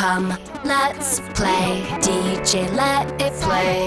Come, let's play. DJ, let it play.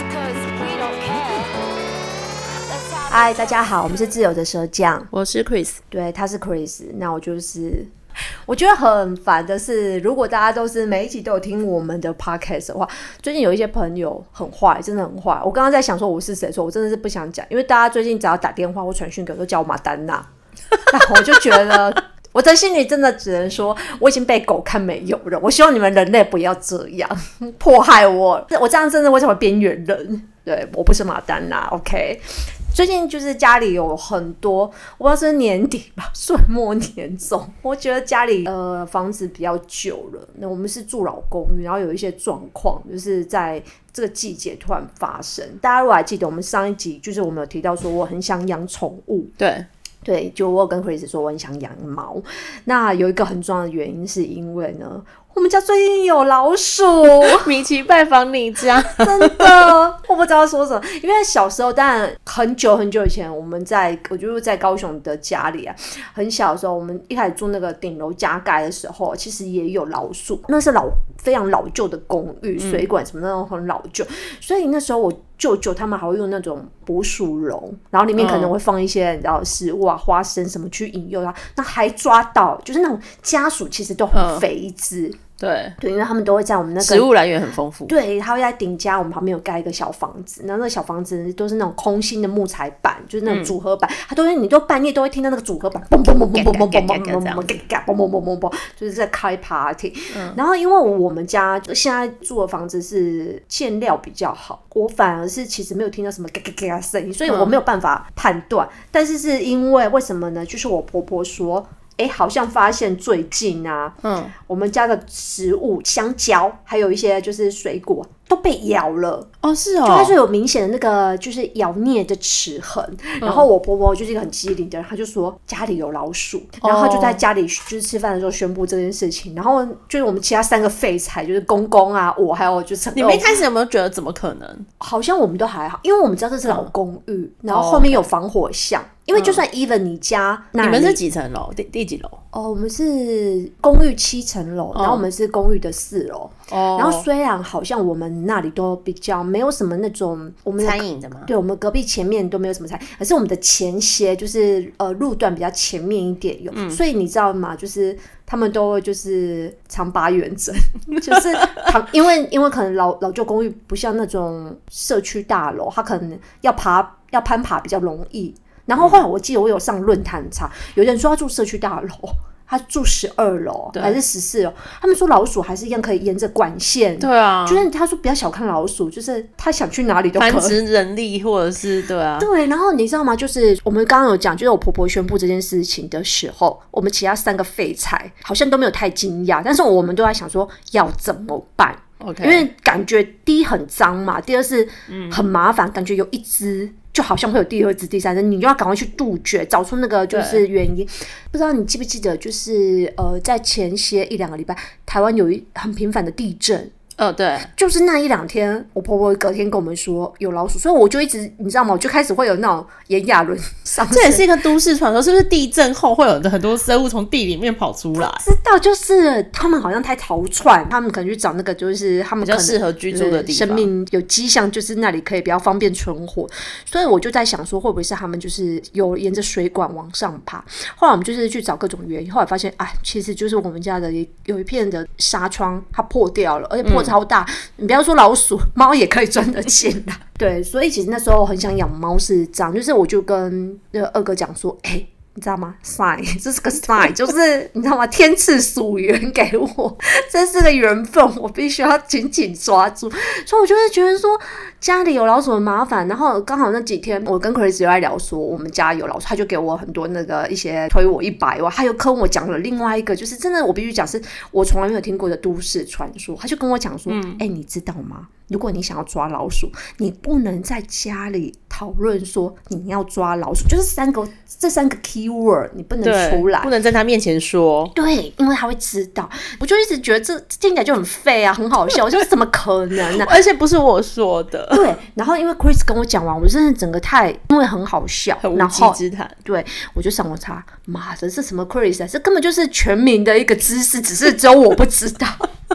嗨，大家好，我们是自由的舌酱， 我是 Chris， 对，他是 Chris， 那我觉得很烦的是，如果大家都是每一集都有听我们的 podcast 的话，最近有一些朋友很坏，真的很坏。我刚刚在想说我是谁的时候，我真的是不想讲，因为大家最近只要打电话或传讯给我都叫我马丹娜，我就觉得我的心里真的只能说，我已经被狗看没有了。我希望你们人类不要这样迫害我，我这样真的会成为边缘人。对，我不是马丹娜 ，OK。最近就是家里有很多，我不知道是年底吧，岁末年终，我觉得家里房子比较久了，那我们是住老公寓，然后有一些状况就是在这个季节突然发生。大家如果还记得我们上一集，就是我们有提到说我很想养宠物，对，就我有跟 Chris 说我很想养猫。那有一个很重要的原因是因为呢，我们家最近有老鼠， 米奇拜访你家， 真的，我不知道说什么。因为小时候，当然很久很久以前，我就是在高雄的家里啊，很小的时候，我们一开始住那个顶楼加盖的时候，其实也有老鼠。那是非常老旧的公寓，水管什么那种很老旧，所以那时候我舅舅他们还会用那种捕鼠笼，然后里面可能会放一些你知道食物啊、花生什么去引诱它，那还抓到就是那种家鼠其实都很肥一只。对，因为他们都会在我们那个食物来源很丰富。 对，他会在顶家，我们旁边有盖一个小房子，然后那个小房子都是那种空心的木材板，就是那种组合板，你都半夜都会听到那个组合板嘣嘣嘣嘣嘣嘣嘣嘣嘣嘣，就是在开 party。然后因为我们家现在住的房子是建料比较好，我反而是其实没有听到什么嘎嘎嘎声音，所以我没有办法判断。但是是因为什么呢？就是我婆婆说，好像发现最近啊，我们家的食物香蕉还有一些就是水果都被咬了。 是哦， 就它是有明显的那个就是咬啮的齿痕。然后我婆婆就是一个很机灵的人，她就说家里有老鼠，然后她就在家里就是吃饭的时候宣布这件事情。然后就是我们其他3个废柴，就是公公啊，我还有就是你们一开始有没有觉得怎么可能？ 好像我们都还好，因为我们知道这是老公寓，然后后面有防火巷。因为就算 even 你家你们是几层楼？第几楼？ 我们是公寓7层楼，然后我们是公寓的4楼。然后虽然好像我们那里都比较没有什么那种我们餐饮的吗？ 对，我们隔壁前面都没有什么餐饮，可是我们的前些就是路段比较前面一点有，所以你知道吗？就是他们都会就是常8元整，就是因为可能老旧公寓不像那种社区大楼，它可能要攀爬比较容易。然后后来我记得我有上论坛查，有人说他住社区大楼，他住12楼还是14楼，他们说老鼠还是一样可以沿着管线。 对啊， 就是他说不要小看老鼠，就是他想去哪里都可以， 繁殖人力或者是对啊。 对，然后你知道吗？就是我们刚刚有讲，就是我婆婆宣布这件事情的时候，我们其他3个废柴好像都没有太惊讶，但是我们都在想说要怎么办。 Okay. 因为感觉第一很脏嘛，第二是很麻烦，感觉有一只就好像会有第2只、第3只，你就要赶快去杜绝，找出那个就是原因。不知道你记不记得，就是在前些1-2个礼拜，台湾有很频繁的地震。 对， 就是那1-2天，我婆婆隔天跟我们说有老鼠，所以我就一直你知道吗？我就开始会有那种炎亚纶上升。 这也是一个都市传说，是不是地震后会有很多生物从地里面跑出来？ 知道，就是他们好像太逃窜，他们可能去找那个就是他们比较适合居住的地方， 生命有迹象，就是那里可以比较方便存活。所以我就在想说，会不会是他们就是有沿着水管往上爬？后来我们就是去找各种原因，后来发现，其实就是我们家的有一片的纱窗它破掉了，而且破超大，你不要说老鼠，猫也可以钻得进来。对，所以其实那时候很想养猫是这样，就是我就跟那个2哥讲说，你知道吗 ？sign， 这是个 sign， 就是你知道吗？天赐属缘给我，这是个缘分，我必须要紧紧抓住。所以我就会觉得说，家里有老鼠很麻烦。然后刚好那几天，我跟 Chris 有在聊说，我们家有老鼠，他就给我很多那个一些推我100万，他又跟我讲了另外一个，就是真的我必须讲是我从来没有听过的都市传说。他就跟我讲说，你知道吗？如果你想要抓老鼠，你不能在家里讨论说你要抓老鼠，就是这三个 keyword 你不能出来， 不能在他面前说。 对，因为他会知道。我就一直觉得这听起来就很废啊，很好笑。我就怎么可能呢？ 而且不是我说的。 对，然后因为 Chris 跟我讲完，我真的整个因为很好笑， 很无稽之谈。 对，我就上网查，妈的，这什么 Chris 啊？这根本就是全民的一个知识，只是只有我不知道。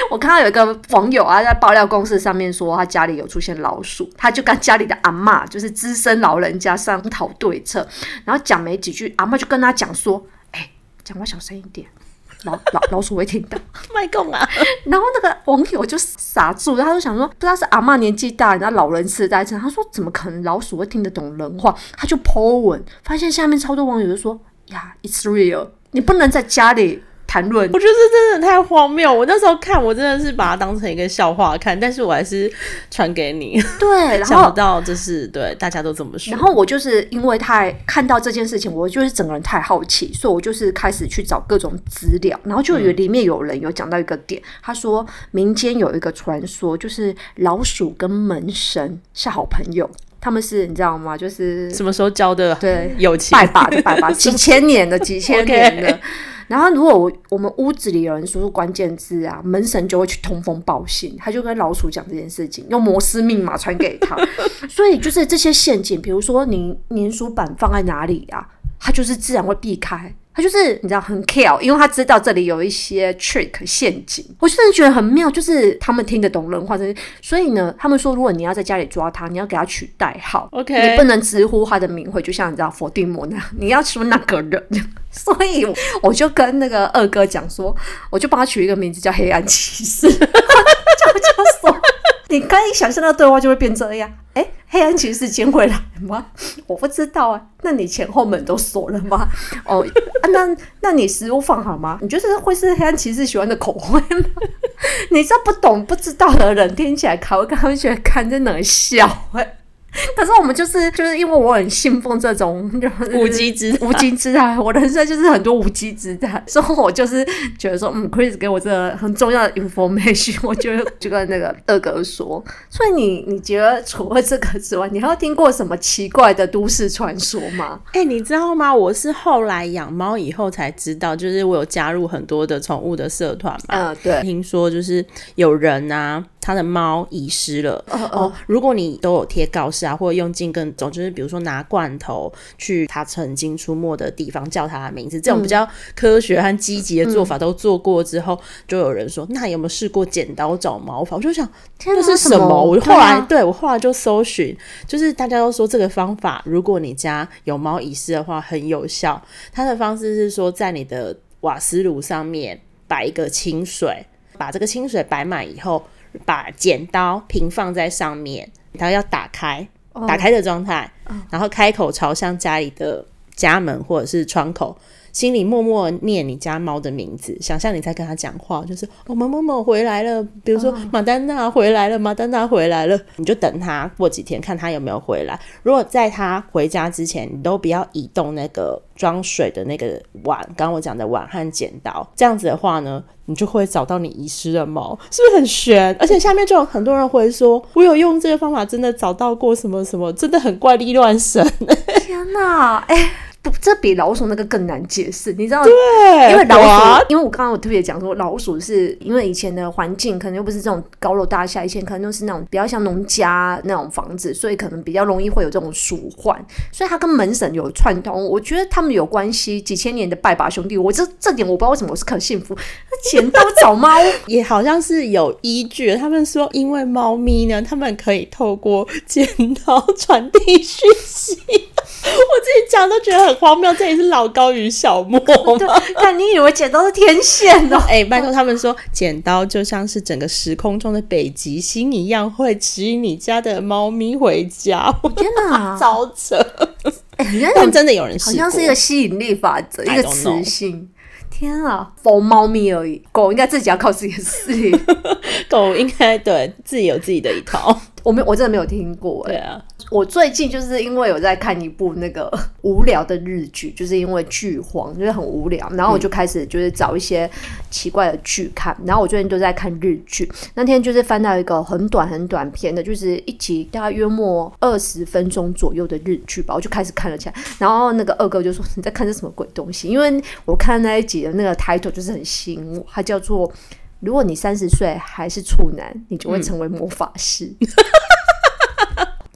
我看到有一个网友啊，在爆料公司上面说他家里有出现老鼠，他就跟家里的阿嬷，就是资深老人家商讨对策，然后讲没几句，阿嬷就跟他讲说：“讲话小声一点。”老鼠会听到， 卖供啊！ 然后那个网友就傻住了，他就想说，不知道是阿嬷年纪大，然后老人痴呆症，他说怎么可能老鼠会听得懂人话？他就 po 文，发现下面超多网友就说呀 ，it's real， 你不能在家里谈论。 我觉得这真的太荒谬。我那时候看，我真的是把它当成一个笑话看，但是我还是传给你。 对，然后想不到就是对大家都这么说。 然后我就是因为看到这件事情，我就是整个人太好奇，所以我就是开始去找各种资料，然后就里面有人有讲到一个点，他说民间有一个传说，就是老鼠跟门神是好朋友。他们是你知道吗？就是什么时候交的？ 对， 友情拜把就拜把，几千年的。Okay. 然后如果我们屋子里有人输入关键字啊，门神就会去通风报信，他就跟老鼠讲这件事情，用摩斯密码传给他。所以就是这些陷阱，比如说你粘鼠板放在哪里啊，他就是自然会避开。他就是你知道很 care， 因为他知道这里有一些 trick 陷阱，我真的觉得很妙，就是他们听得懂人话，所以呢，他们说如果你要在家里抓他，你要给他取代号 ，OK， 你不能直呼他的名讳，就像你知道伏地魔那样，你要说那个人。所以我就跟那个二哥讲说，我就帮他取一个名字叫黑暗骑士，就说你刚一想象到对话就会变这样。黑暗骑士捡回来吗？我不知道啊。那你前后门都锁了吗？那你食物放好吗？你就是会是黑暗骑士喜欢的口味吗？你这不知道的人听起来他会觉得看真的很笑可是我们就是因为我很信奉这种无稽之谈，我人生就是很多无稽之谈，所以我就是觉得说Chris 给我这个很重要的 information， 我就跟那个二哥说。所以你觉得除了这个之外，你还有听过什么奇怪的都市传说吗？ 你知道吗？我是后来养猫以后才知道，就是我有加入很多的宠物的社团嘛， 对， 听说就是有人啊，他的猫遗失了。如果你都有贴告示啊，或者用尽各种，就是比如说拿罐头去他曾经出没的地方叫他的名字，这种比较科学和积极的做法都做过之后，就有人说那有没有试过剪刀找毛法？我就想这是什么？我后来就搜寻，就是大家都说这个方法，如果你家有猫遗失的话很有效。它的方式是说，在你的瓦斯炉上面摆一个清水，把这个清水摆满以后，把剪刀平放在上面，它要打开的状态，然后开口朝向家里的家门或者是窗口，心里默默念你家猫的名字，想象你在跟他讲话，就是某某某回来了，比如说马丹娜回来了，马丹娜回来了，你就等他过几天看他有没有回来。如果在他回家之前，你都不要移动那个装水的那个碗，刚刚我讲的碗和剪刀，这样子的话呢，你就会找到你遗失的猫，是不是很悬？而且下面就有很多人会说，我有用这个方法真的找到过什么什么，真的很怪力乱神。 天哪，这比老鼠那个更难解释，你知道？ 对， 因为老鼠，因为我刚刚有特别讲说，老鼠是因为以前的环境可能又不是这种高楼大厦，以前可能都是那种比较像农家那种房子，所以可能比较容易会有这种鼠患，所以它跟门神有串通，我觉得他们有关系，几千年的拜把兄弟，我这点我不知道为什么我是可信服。剪刀找猫也好像是有依据的，他们说因为猫咪呢，他们可以透过剪刀传递讯息。我自己讲都觉得很荒谬，这里是老高与小莫吗？ 但你以为剪刀是天线哦？ 拜托，他们说剪刀就像是整个时空中的北极星一样，会指引你家的猫咪回家。 天哪， 超扯！但真的有人试过， 好像是一个吸引力法则，一个磁性。天啊，否猫咪而已，狗应该自己要靠自己的实力。 狗应该对自己有自己的一套。 我真的没有听过。 对啊， 我最近就是因为有在看一部那个无聊的日剧，就是因为剧荒，就是很无聊，然后我就开始就是找一些奇怪的剧看，然后我最近都在看日剧。那天就是翻到一个很短篇的，就是一集大概约莫20分钟左右的日剧吧，我就开始看了起来。然后那个二哥就说你在看这什么鬼东西？因为我看那一集的那个 title 就是很吸引我，它叫做如果你30岁还是处男，你就会成为魔法师。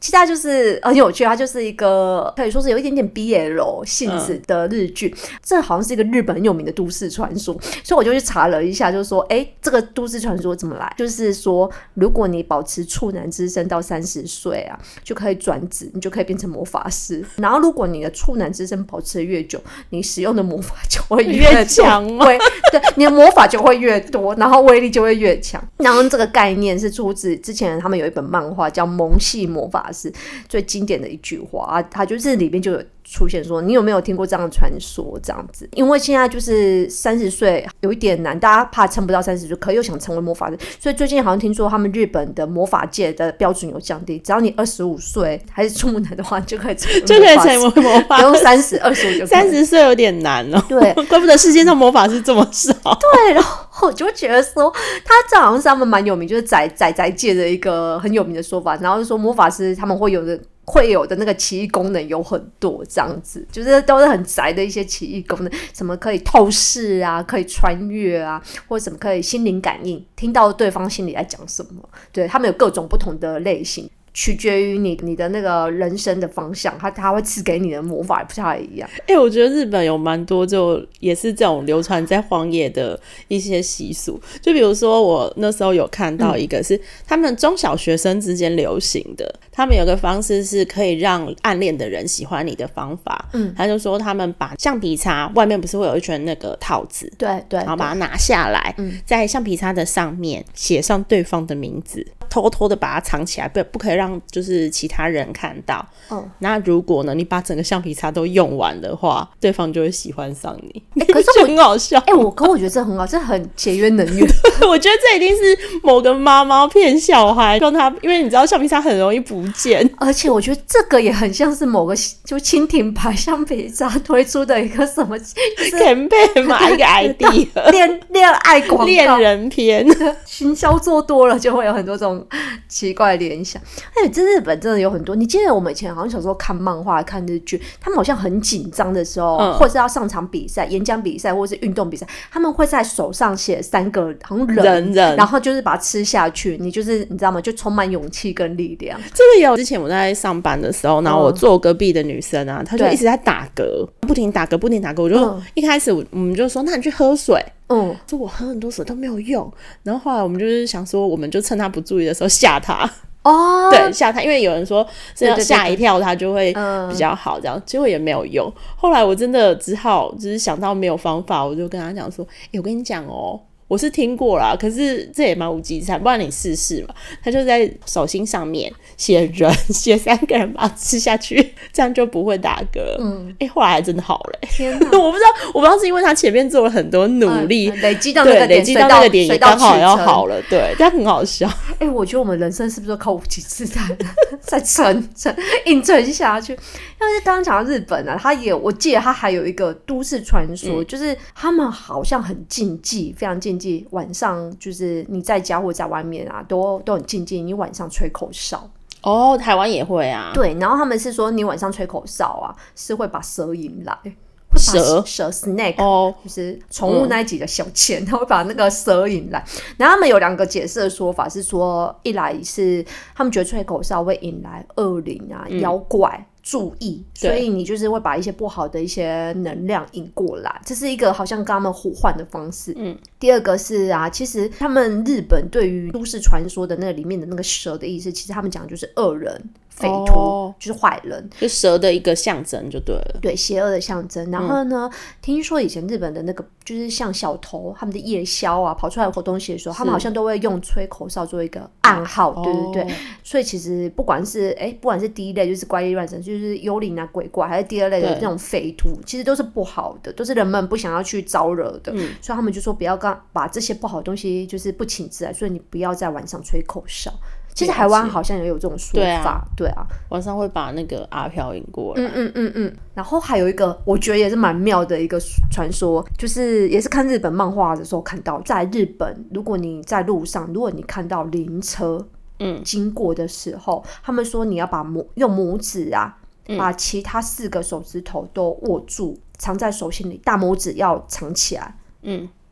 其实它就是很有趣，它就是一个可以说是有一点点 BL 性质的日剧，这好像是一个日本很有名的都市传说，所以我就去查了一下，就是说这个都市传说怎么来，就是说如果你保持处男之身到30岁啊，就可以转职，你就可以变成魔法师，然后如果你的处男之身保持得越久，你使用的魔法就会越强吗？ 对，你的魔法就会越多，然后威力就会越强。然后这个概念是出自之前他们有一本漫画叫《萌系魔法师》，最经典的一句话啊，它就是里面就有出现说，你有没有听过这样的传说？这样子，因为现在就是30岁有一点难，大家怕撑不到30岁，可又想成为魔法师，所以最近好像听说他们日本的魔法界的标准有降低，只要你25岁还是处男的话，就可以成为魔法师， 不用30、25就可以。 30岁有点难哦。 对， 怪不得世界上魔法师这么少。 对，然后我就觉得说，他这好像是他们蛮有名，就是宅界的一个很有名的说法。然后就说魔法师他们会有的那个奇异功能有很多，这样子就是都是很宅的一些奇异功能，什么可以透视啊，可以穿越啊，或者什么可以心灵感应，听到对方心里在讲什么。对，他们有各种不同的类型。取决于你的那个人生的方向，他会赐给你的魔法也不太一样。 我觉得日本有蛮多就也是这种流传在荒野的一些习俗，就比如说我那时候有看到一个是他们中小学生之间流行的，他们有个方式是可以让暗恋的人喜欢你的方法。他就说他们把橡皮擦外面不是会有一圈那个套子， 对， 然后把它拿下来，在橡皮擦的上面写上对方的名字，偷偷的把它藏起来，不可以让就是其他人看到。那如果呢你把整个橡皮擦都用完的话，对方就会喜欢上你。 可是很好笑。 我觉得这很好，这很节约能源。 我觉得这一定是某个妈妈骗小孩，让他，因为你知道橡皮擦很容易不见， 而且我觉得这个也很像是某个就蜻蜓牌橡皮擦推出的一个什么 campaign 嘛，一个 idea 恋爱广告、 恋人篇， 行销做多了就会有很多这种奇怪的联想。这日本真的有很多，你记得我们以前好像小时候看漫画看日剧，他们好像很紧张的时候，或是要上场比赛、演讲比赛或是运动比赛，他们会在手上写3个好像人，然后就是把它吃下去，你知道吗？就充满勇气跟力量。 这个有之前我在上班的时候，然后我坐隔壁的女生啊，她就一直在打嗝，不停打嗝，我就一开始我们就说，那你去喝水。说我喝很多水都没有用，然后后来我们就是想说，我们就趁她不注意的时候吓她。对，吓他，因为有人说是要吓一跳他就会比较好，这样结果也没有用。后来我真的只好就是想到没有方法，我就跟他讲说，我跟你讲哦，我是听过啦，可是这也蛮无稽之谈，不然你试试嘛。他就在手心上面写人，写3个人把它吃下去，这样就不会打嗝。后来还真的好了。 天哪！ 我不知道是因为他前面做了很多努力， 累积到那个点也刚好要好了，对，这样很好笑。 我觉得我们人生是不是都靠无稽之谈再硬撑下去？因为刚刚讲到日本啊，我记得他还有一个都市传说，就是他们好像很禁忌，非常禁忌晚上就是你在家或在外面啊，都很禁忌你晚上吹口哨。 台湾也会啊。 对，然后他们是说你晚上吹口哨啊，是会把蛇引来。蛇 snake，就是宠物那一集的小倩，他会把那个蛇引来。然后他们有2个解释的说法，是说一来是他们觉得吹口哨会引来恶灵啊、妖怪注意，所以你就是会把一些不好的一些能量引过来，这是一个好像跟他们互换的方式。第2个是啊，其实他们日本对于都市传说的那个里面的那个蛇的意思，其实他们讲的就是恶人。匪徒就是坏人， 就蛇的一个象征就对了， 对，邪恶的象征。然后呢，听说以前日本的那个就是像小偷他们的夜宵啊，跑出来偷东西的时候，他们好像都会用吹口哨做一个暗号，对。所以其实不管是第一类就是怪力乱神，就是幽灵啊鬼怪，还是第2类的那种匪徒，其实都是不好的，都是人们不想要去招惹的。所以他们就说不要把这些不好的东西就是不请自来，所以你不要在晚上吹口哨。其实台湾好像也有这种说法，对啊， 晚上会把那个阿飘引过来。 然后还有一个我觉得也是蛮妙的一个传说，就是也是看日本漫画的时候看到，在日本如果你在路上，如果你看到灵车经过的时候，他们说你要用拇指啊，把其他4个手指头都握住，藏在手心里，大拇指要藏起来。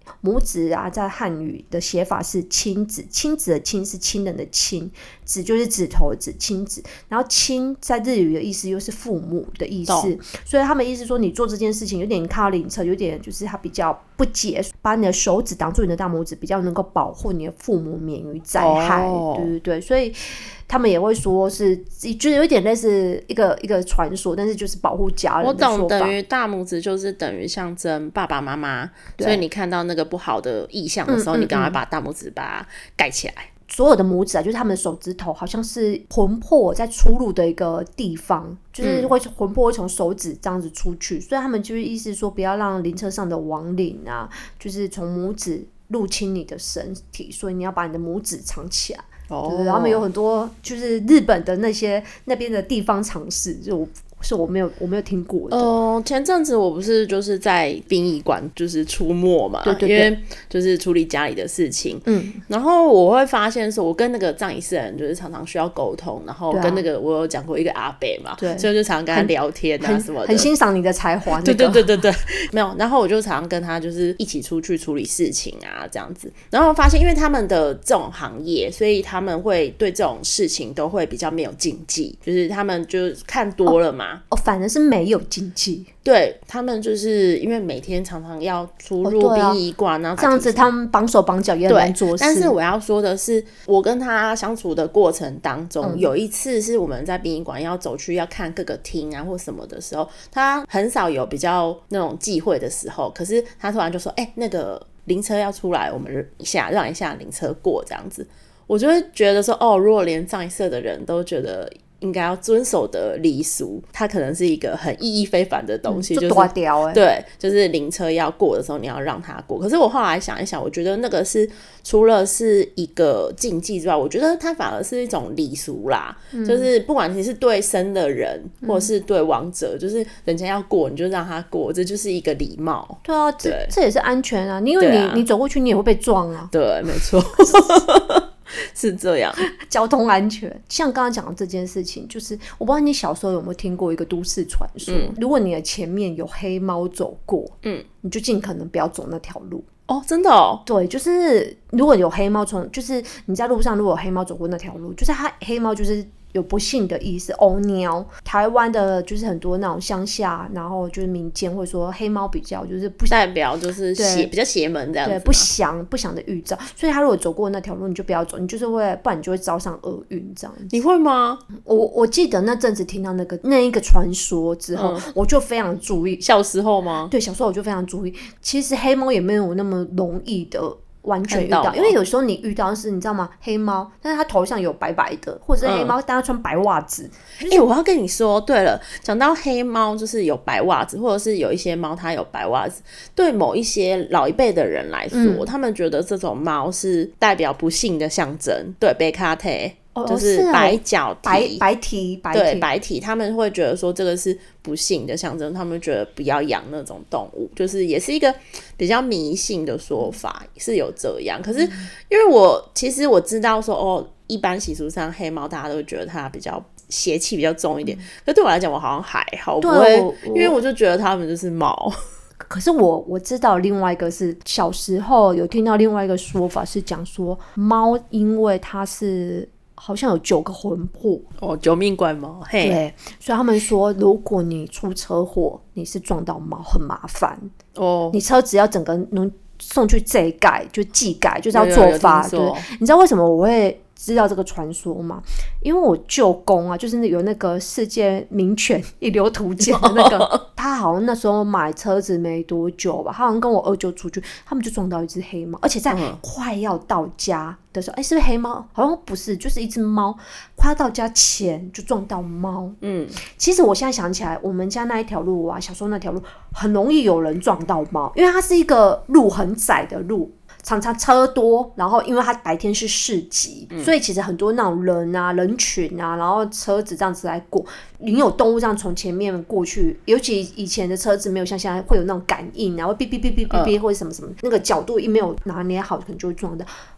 拇指啊，在汉语的写法是亲指，亲指的亲是亲人的亲，指就是指头指，亲指。然后亲在日语的意思又是父母的意思，所以他们意思说你做这件事情有点看到灵车，有点就是他比较不解，把你的手指挡住你的大拇指，比较能够保护你的父母免于灾害。对对对，所以他们也会说是，就是有点类似一个传说，但是就是保护家人的说法。 我懂，等于大拇指就是等于象征爸爸妈妈，所以你看到那个不好的意象的时候，你赶快把大拇指把它盖起来。 所有的拇指啊，就是他们的手指头，好像是魂魄在出入的一个地方，就是魂魄会从手指这样子出去，所以他们就是意思说，不要让灵车上的亡灵啊，就是从拇指入侵你的身体，所以你要把你的拇指藏起来。对，他们有很多就是日本的那边的地方常识，是我没有听过的。 前阵子我不是就是在殡仪馆就是出没嘛， 对， 因为就是处理家里的事情，然后我会发现说，我跟那个葬仪师的人就是常常需要沟通，然后跟那个我有讲过一个阿伯嘛，对，所以就常常跟他聊天啊什么的， 很欣赏你的才华。对， 没有，然后我就常常跟他就是一起出去处理事情啊这样子，然后发现因为他们的这种行业，所以他们会对这种事情都会比较没有禁忌，就是他们就看多了嘛。 反而是没有禁忌， 对，他们就是因为每天常常要出入殡仪馆啊， 这样子他们绑手绑脚也很难做事。 但是我要说的是，我跟他相处的过程当中，有一次是我们在殡仪馆要走去要看各个厅啊或什么的时候，他很少有比较那种忌讳的时候，可是他突然就说：“那个灵车要出来，我们让一下灵车过这样子。”我就会觉得说，如果连葬仪社的人都觉得应该要遵守的礼俗，它可能是一个很意义非凡的东西， 就大条对，就是灵车要过的时候你要让它过。可是我后来想一想，我觉得那个是除了是一个禁忌之外，我觉得它反而是一种礼俗啦，就是不管你是对生的人或者是对亡者，就是人家要过你就让他过，这就是一个礼貌。 对啊，这也是安全啊，因为你走过去你也会被撞啊。 对，没错。是这样， 交通安全。像刚刚讲的这件事情，就是我不知道你小时候有没有听过一个都市传说，如果你的前面有黑猫走过，你就尽可能不要走那条路。 真的哦？ 对，就是如果有黑猫就是你在路上如果有黑猫走过那条路，就是黑猫就是有不幸的意思。鸟，台湾的就是很多那种乡下，然后就是民间会说黑猫比较就是不代表就是比较邪门这样子， 对，不祥的预兆。所以他如果走过那条路，你就不要走，你就是会，不然你就会遭上厄运这样子。 你会吗？ 我记得那阵子听到那一个传说之后，我就非常注意。 小时候吗？ 对，小时候我就非常注意。其实黑猫也没有那么容易的完全遇到，因为有时候你遇到的是你知道吗？黑猫，但是它头上有白白的，或者是黑猫，但它穿白袜子。 我要跟你说，对了，讲到黑猫，就是有白袜子，或者是有一些猫它有白袜子，对某一些老一辈的人来说，他们觉得这种猫是代表不幸的象征。对，白卡特。就是白脚蹄，对，白蹄，他们会觉得说这个是不幸的象征，他们觉得不要养那种动物，就是也是一个比较迷信的说法，是有这样。可是因为其实我知道说一般习俗上黑猫大家都觉得它比较邪气比较重一点，可对我来讲我好像还好，不会，因为我就觉得它们就是猫。 可是我知道另外一个是小时候有听到另外一个说法是讲说猫因为它是好像有9个魂魄九命怪猫。 对，所以他们说如果你出车祸你是撞到猫很麻烦你车子要整个送去祭改就祭改就是要做法。对，你知道为什么我会知道这个传说吗？因为我舅公啊，就是有那个世界名犬一流图鉴的那个他好像那时候买车子没多久吧，他好像跟我二舅出去，他们就撞到一只黑猫，而且在快要到家的时候，是不是黑猫？好像不是，就是一只猫，快要到家前就撞到猫。其实我现在想起来，我们家那一条路啊，小时候那条路很容易有人撞到猫，因为它是一个路很窄的路，常常车多，然后因为它白天是市集，所以其实很多那种人啊、人群啊，然后车子这样子来过，你有动物这样从前面过去，尤其以前的车子没有像现在会有那种感应，然后哔哔哔哔哔哔或者什么什么，那个角度一没有拿捏好，可能就会撞到。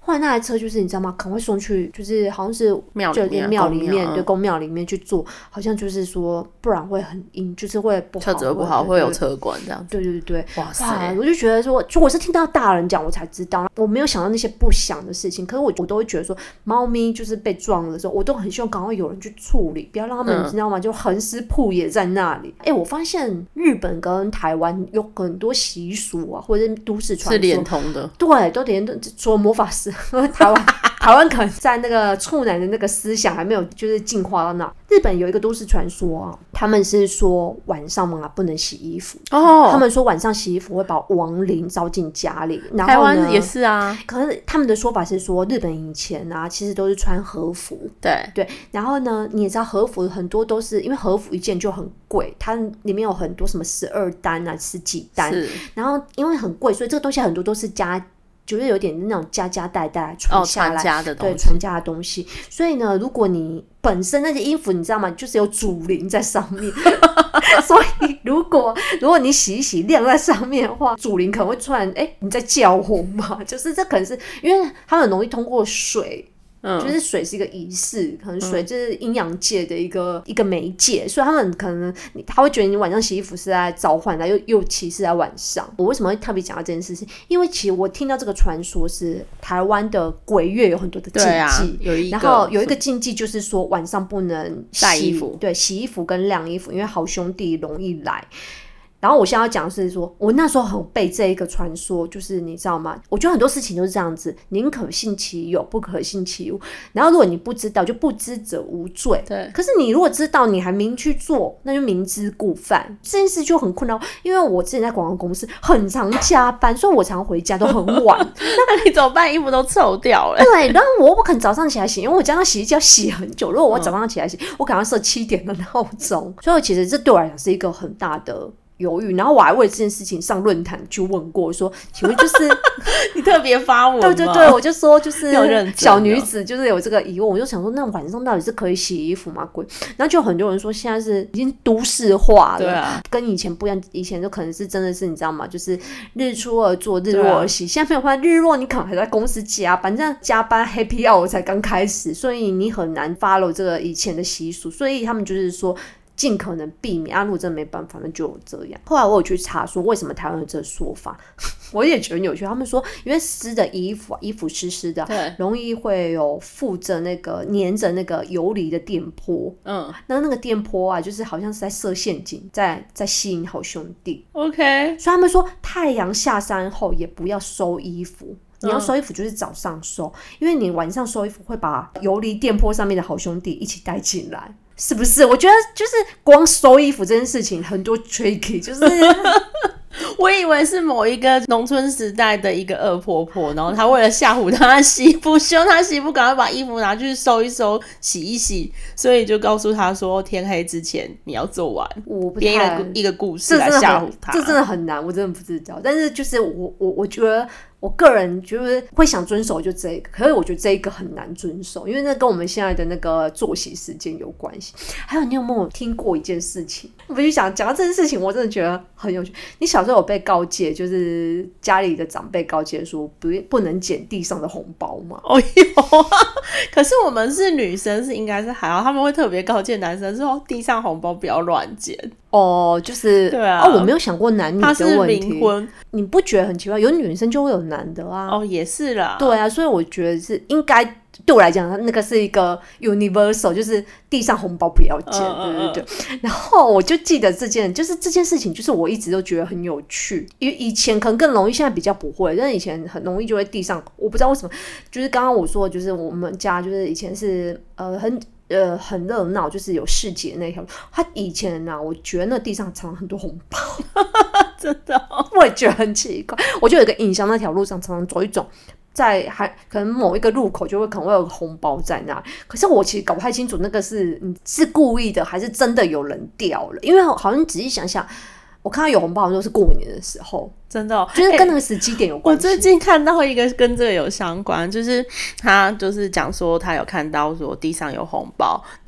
后来那台车就是你知道吗？赶快送去，就是好像是庙里面庙里面， 公庙对，公庙里面去做，好像就是说不然会很阴，就是会不好， 车子不好，会有车管这样子。 对对对， 哇塞！ 我就觉得说，就我是听到大人讲我才知道，我没有想到那些不祥的事情。可是我都会觉得说，猫咪就是被撞了的时候，我都很希望赶快有人去处理，不要让他们、你知道吗？就横尸铺野在那里。我发现日本跟台湾有很多习俗啊，或者是都市传说是连通的， 对，都连通。除了魔法师，台湾可能在那个处男的那个思想还没有就是进化到那。日本有一个都市传说啊，他们是说晚上嘛不能洗衣服哦，他们说晚上洗衣服会把亡灵招进家里。然后台湾也是啊， 可是他们的说法是说，日本以前啊其实都是穿和服，对，然后呢你也知道和服很多都是因为和服一件就很贵，它里面有很多什么12单啊10几单，然后因为很贵，所以这个东西很多都是就是有点那种家带传下来， 传家的东西， 对，传家的东西。所以呢，如果你本身那件衣服你知道吗，就是有祖灵在上面，所以如果你洗一洗晾在上面的话，祖灵可能会突然你在叫我嘛？就是这可能是因为它很容易通过水。就是水是一个仪式，可能水就是阴阳界的一个媒介，所以他们可能他会觉得你晚上洗衣服是在召唤他，尤其是在晚上。我为什么会特别讲到这件事情？因为其实我听到这个传说是台湾的鬼月有很多的禁忌，然后有一个禁忌就是说晚上不能晒衣服， 对，洗衣服跟晾衣服，因为好兄弟容易来。然后我现在要讲的是说，我那时候很背这一个传说，就是你知道吗？我觉得很多事情都是这样子，宁可信其有，不可信其无。然后如果你不知道，就不知者无罪。 对。 可是你如果知道，你还明去做，那就明知故犯。这件事就很困扰，因为我之前在广告公司很常加班，所以我常回家都很晚。 那你怎么办？衣服都臭掉了。 对，然后我不可能早上起来洗，因为我家那洗衣机要洗很久。如果我早上起来洗，我可能要设7点的闹钟。所以其实这对我来讲是一个很大的犹豫，然后我还为这件事情上论坛去问过，说请问就是你特别发文吗？ 对，我就说就是小女子子就是有这个疑问，我就想说那晚上到底是可以洗衣服吗？然后就很多人说现在是已经都市化了， 对啊， 跟以前不一样，以前就可能是真的是你知道吗？就是日出而作，日落而息，现在没有办法，日落你可能还在公司加班，这样加班 happy hour 才刚开始，所以你很难 follow 这个以前的习俗，所以他们就是说尽可能避免如果真的没办法那就这样。后来我有去查说为什么台湾有这个说法我也觉得很有趣，他们说因为湿的衣服湿的，容易会有附着那个粘着那个游离的电波，那个电波啊就是好像是在设陷阱，在吸引好兄弟。 OK， 所以他们说太阳下山后也不要收衣服，你要收衣服就是早上收，因为你晚上收衣服会把游离电波上面的好兄弟一起带进来，是不是？我觉得就是光收衣服这件事情很多 tricky， 就是我以为是某一个农村时代的一个恶婆婆，然后她为了吓唬她媳妇，希望她媳妇赶快把衣服拿去收一收洗一洗，所以就告诉她说天黑之前你要做完，编一个故事来吓唬她。 这真的很难，我真的不知道。但是就是我觉得我个人就是会想遵守就这个，可是我觉得这一个很难遵守，因为那跟我们现在的那个作息时间有关系。还有你有没有听过一件事情？我就想讲到这件事情，我真的觉得很有趣。你小时候有被告诫，就是家里的长辈告诫说不能捡地上的红包吗？ 哦，有啊。可是我们是女生，是应该是还好，他们会特别告诫男生说地上红包不要乱捡。 哦，就是对啊。 我没有想过男女的问题。 他是冥婚， 你不觉得很奇怪？有女生就会有男的啊。 哦，也是啦。 对啊，所以我觉得是应该对我来讲，那个是一个 universal， 就是地上红包不要捡，对。然后我就记得这件事情，就是我一直都觉得很有趣，因为以前可能更容易，现在比较不会，但是以前很容易就会地上，我不知道为什么，就是刚刚我说的，就是我们家就是以前是很热闹，就是有市集那条路。他以前啊，我觉得那地上藏很多红包， 真的我也觉得很奇怪。我就有一个印象，那条路上常常走一走，在可能某一个路口可能会有个红包在那，可是我其实搞不太清楚那个是故意的还是真的有人掉了，因为好像仔细想想，我看到有红包都是过年的时候， 真的就是跟那个时机点有关系。 我最近看到一个跟这个有相关，就是他就是讲说他有看到说地上有红包，那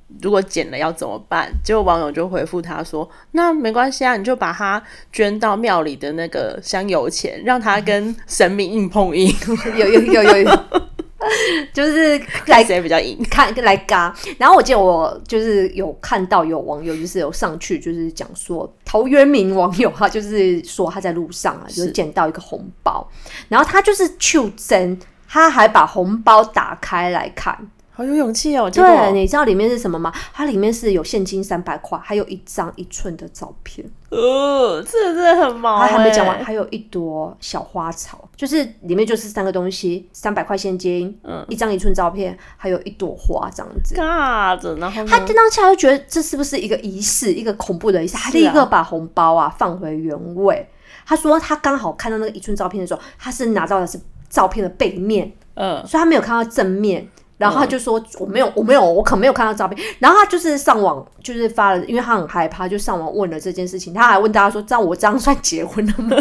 如果捡了要怎么办？结果网友就回复他说：“那没关系啊，你就把它捐到庙里的那个香油钱，让它跟神明硬碰硬。” 有，就是来谁比较硬？ 看来嘎。然后我记得我就是有看到有网友就是有上去就是讲说，陶渊明网友他就是说他在路上啊，就是捡到一个红包，然后他就是求真，他还把红包打开来看。 好有勇气哦！ 对，你知道里面是什么吗？它里面是有现金300块，还有一张1寸的照片。 这真的很毛还没讲完，还有一朵小花草，就是里面就是3个东西：300块现金，一张1寸照片，还有一朵花这样子。 然后他当下就觉得这是不是一个仪式，一个恐怖的仪式？他立刻把红包啊放回原位。他说他刚好看到那个1寸照片的时候，他是拿到的是照片的背面，所以他没有看到正面。然后他就说我没有，我可没有看到照片。然后他就是上网就是发了，因为他很害怕，就上网问了这件事情。他还问大家说：“我这样算结婚了吗？”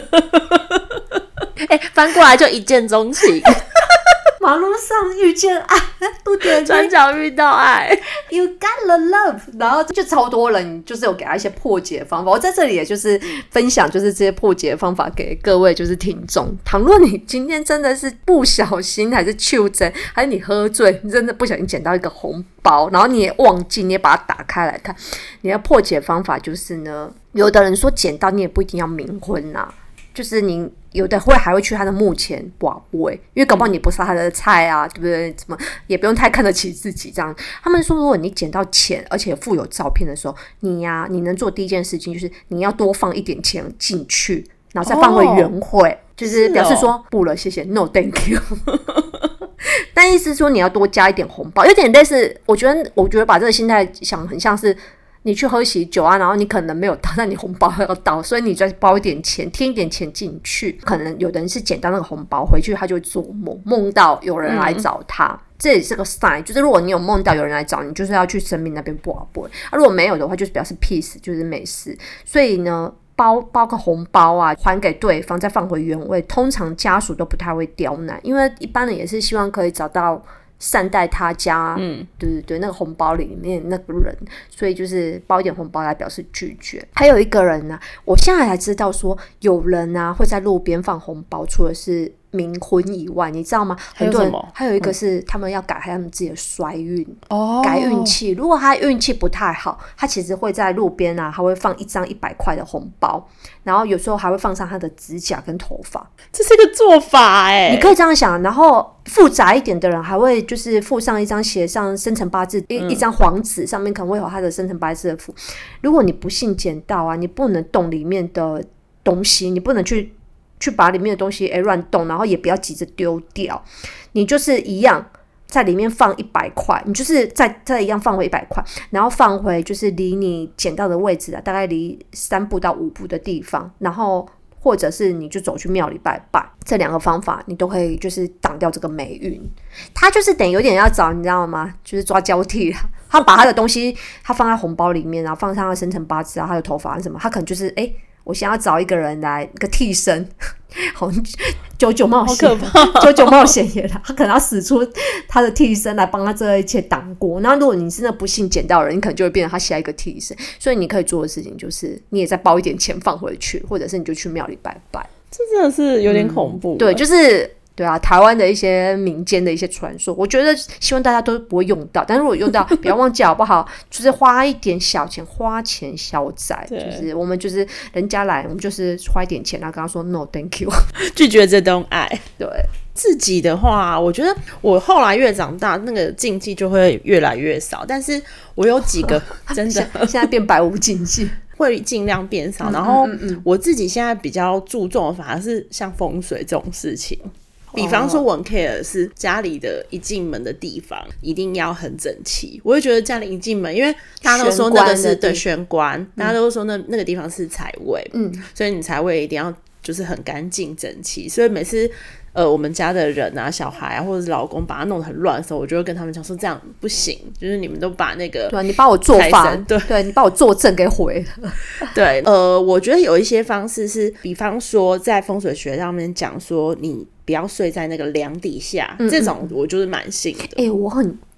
翻过来就一见钟情。 马路上遇见爱，不点转角遇到爱 ，You got the love， 然后就超多人就是有给他一些破解方法。我在这里也就是分享，就是这些破解方法给各位就是听众。倘若你今天真的是不小心，还是糗真，还是你喝醉，你真的不小心捡到一个红包，然后你也忘记，你也把它打开来看，你的破解方法就是呢，有的人说捡到你也不一定要冥婚呐，就是你。有的还会去他的墓前拔杯，因为搞不好你不是他的菜啊，对不对？怎么也不用太看得起自己这样。他们说，如果你捡到钱，而且附有照片的时候，你能做第一件事情就是你要多放一点钱进去，然后再放回原会，就是表示说不了，谢谢 ，No thank you 。但意思是说你要多加一点红包，有点类似，我觉得把这个心态想很像是。你去喝喜酒啊，然后你可能没有到，但你红包要到，所以你再包一点钱，添一点钱进去。可能有的人是捡到那个红包回去，他就会做梦，梦到有人来找他，这也是个 sign。就是如果你有梦到有人来找你，就是要去神明那边拔杯。如果没有的话，就是表示 peace， 就是没事。所以呢，包个红包啊，还给对方，再放回原位。通常家属都不太会刁难，因为一般人也是希望可以找到。善待他家，对，那个红包里面那个人，所以就是包一点红包来表示拒绝。还有一个人呢，我现在才知道说，有人啊会在路边放红包，除了是冥婚以外，你知道吗？很多人还有一个是他们要改他们自己的衰运，改运气。如果他运气不太好，他其实会在路边啊，他会放一张100块的红包，然后有时候还会放上他的指甲跟头发。 这是个做法你可以这样想。然后复杂一点的人还会就是附上一张写上生辰八字，一张黄纸，上面可能会有他的生辰八字的符。如果你不幸捡到啊，你不能动里面的东西，你不能去把里面的东西乱动，然后也不要急着丢掉，你就是一样在里面放100块，你就是再一样放回100块，然后放回就是离你捡到的位置啊，大概离3步到5步的地方，然后或者是你就走去庙里拜拜，这2个方法你都可以就是挡掉这个霉运。他就是等于有点要找你知道吗？就是抓交替啦。他把他的东西他放在红包里面，然后放上他的生辰八字啊，他的头发什么，他可能就是我想要找一个人来一个替身，好九冒险，九冒险也啦，他可能要使出他的替身来帮他这一切挡过。然后如果你真的不幸捡到人，你可能就会变成他下一个替身。所以你可以做的事情就是，你也再包一点钱放回去，或者是你就去庙里拜拜。 这真的是有点恐怖。 对，就是。对啊，台湾的一些民间的一些传说，我觉得希望大家都不会用到，但如果用到，不要忘记好不好？就是花一点小钱，花钱消灾，就是我们就是人家来，我们就是花一点钱，然后跟他说 no thank you， 拒绝这种爱。 对自己的话，我觉得我后来越长大，那个禁忌就会越来越少，但是我有几个真的现在变百无禁忌。 会尽量变少，然后我自己现在比较注重的反而是像风水这种事情。比方说我很 care 是家里的一进门的地方一定要很整齐，我会觉得家里一进门，因为大家都说那个是对玄关，大家都说那个地方是财位，所以你财位一定要就是很干净整齐，所以每次我们家的人啊小孩啊或者是老公把它弄得很乱的时候，我就会跟他们讲说这样不行，就是你们都把那个对你把我做法对你把我坐正给毁了。 对我觉得有一些方式是比方说在风水学上面讲说你不要睡在那个梁底下，这种我就是蛮信的。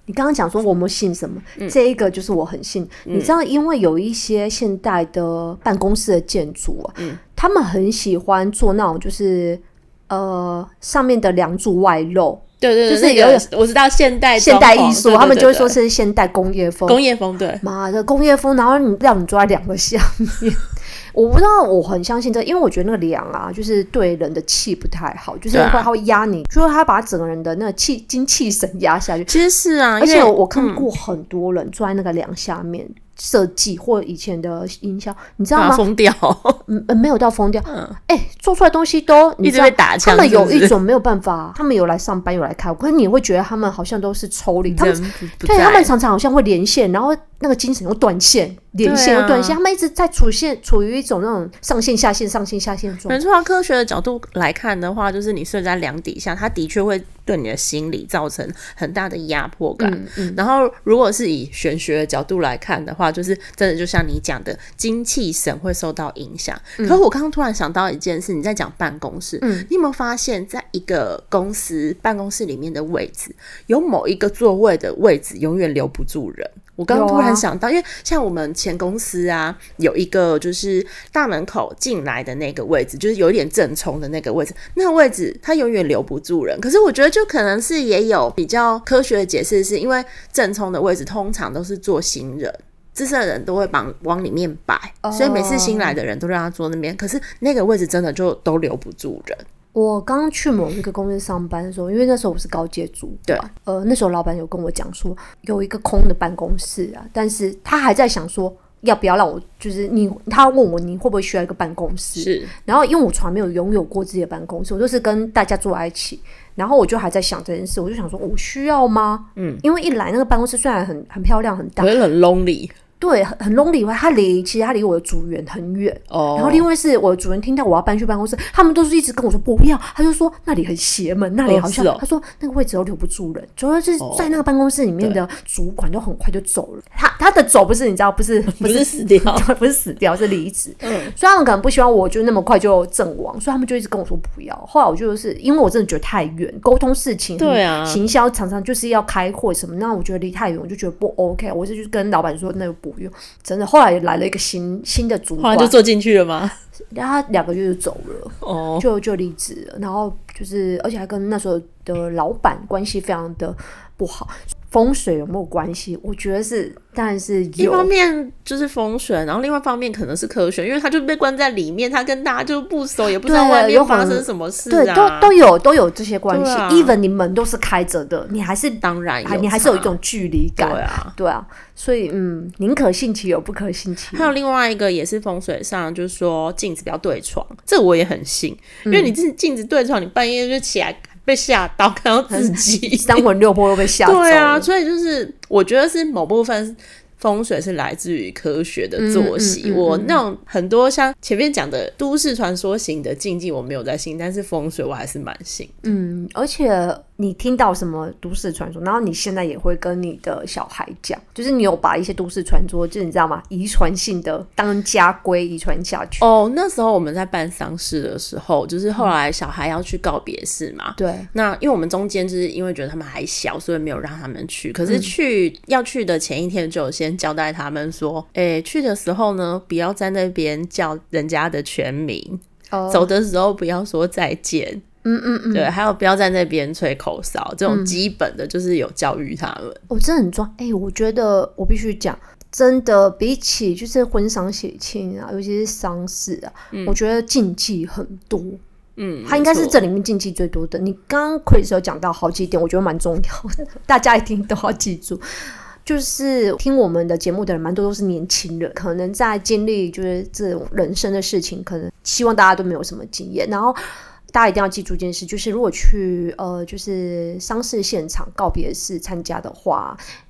你刚刚讲说我们信什么，这一个就是我很信。你知道，因为有一些现代的办公室的建筑啊，他们很喜欢做那种就是上面的梁柱外露。 对对对， 就是我知道现代艺术，他们就会说是现代工业风。 工业风，对， 妈的工业风，然后让你坐在梁的下面。我不知道，我很相信这个，因为我觉得那个梁啊，就是对人的气不太好，就是它会压你，就是它把整个人的那个精气神压下去。 其实是啊， 而且我看过很多人坐在那个梁下面。设计或以前的营销，你知道吗？ 疯掉， 没有到疯掉。做出来的东西都一直被打枪。 他们有一种没有办法，他们有来上班，有来开，可是你会觉得他们好像都是抽离，他们常常好像会连线，然后那个精神又断线，连线又断线，他们一直在处于一种那种上线下线、上线下线状态。 没错，科学的角度来看的话，就是你睡在梁底下，它的确会对你的心理造成很大的压迫感。然后，如果是以玄学的角度来看的话，就是真的就像你讲的，精气神会受到影响。可是我刚刚突然想到一件事，你在讲办公室，你有没有发现，在一个公司办公室里面的位置，有某一个座位的位置永远留不住人？我刚刚突然想到，因为像我们前公司啊，有一个就是大门口进来的那个位置，就是有一点正冲的那个位置，那个位置它永远留不住人。可是我觉得就可能是也有比较科学的解释，是因为正冲的位置通常都是坐新人。资深的人都会往里面摆，所以每次新来的人都让他坐那边，可是那个位置真的就都留不住人。 我刚去某一个公司上班的时候，因为那时候我是高阶主管，那时候老板有跟我讲说有一个空的办公室啊，但是他还在想说要不要让我，就是他问我你会不会需要一个办公室， 是，然后因为我从来没有拥有过自己的办公室，我就是跟大家坐在一起，然后我就还在想这件事，我就想说我需要吗？因为一来那个办公室虽然很漂亮很大， 可是很 lonely。 对，很 lonely， 其实他离我的组员很远，然后另外是我的组员听到我要搬去办公室，他们都是一直跟我说不要，他就说那里很邪门，那里好像，他说那个位置都留不住人，主要是在那个办公室里面的主管都很快就走了，他的走不是你知道不是死掉， 不是死掉，是离职，所以他们可能不希望我就那么快就阵亡，所以他们就一直跟我说不要。后来我就是因为我真的觉得太远，沟通事情， 对啊， 行销常常就是要开会什么，那我觉得离太远，我就觉得不 OK， 我就跟老板说那个不用，真的。后来来了一个新的主管， 后来就坐进去了吗？ 然后他2个月就走了，就离职了。然后就是，而且还跟那时候的老板关系非常的不好。风水有没有关系？我觉得是，当然是有。 一方面就是风水，然后另外一方面可能是科学，因为他就被关在里面，他跟大家就不熟，也不知道外面发生什么事啊。 对，都有这些关系。even 你门都是开着的，你还是当然有， 你还是有一种距离感。 对啊， 所以宁可信其有，不可信其无。 还有另外一个也是风水上，就是说镜子不要对床，这我也很信，因为你镜子对床，你半夜就起来。被吓到，看到自己三魂六魄又被吓走了。 对啊，所以就是我觉得是某部分风水是来自于科学的作息。我那种很多像前面讲的都市传说型的禁忌我没有在信，但是风水我还是蛮信。 而且你听到什么都市传说，然后你现在也会跟你的小孩讲，就是你有把一些都市传说，就是你知道吗？遗传性的当家规遗传下去。 那时候我们在办丧事的时候，就是后来小孩要去告别式嘛。 对。 那因为我们中间就是因为觉得他们还小，所以没有让他们去。可是要去的前一天就有先交代他们说，去的时候呢，不要在那边叫人家的全名，走的时候不要说再见。对，还有不要在那边吹口哨，这种基本的就是有教育他们。 真的很重要。我觉得我必须讲，真的比起就是婚丧喜庆啊，尤其是丧事啊，我觉得禁忌很多。它应该是这里面禁忌最多的。你刚刚 Chris 有讲到好几点，我觉得蛮重要的，大家一定都要记住。就是听我们的节目的人蛮多都是年轻人，可能在经历就是这种人生的事情，可能希望大家都没有什么经验，然后大家一定要记住一件事，就是如果去就是丧事现场告别式参加的话，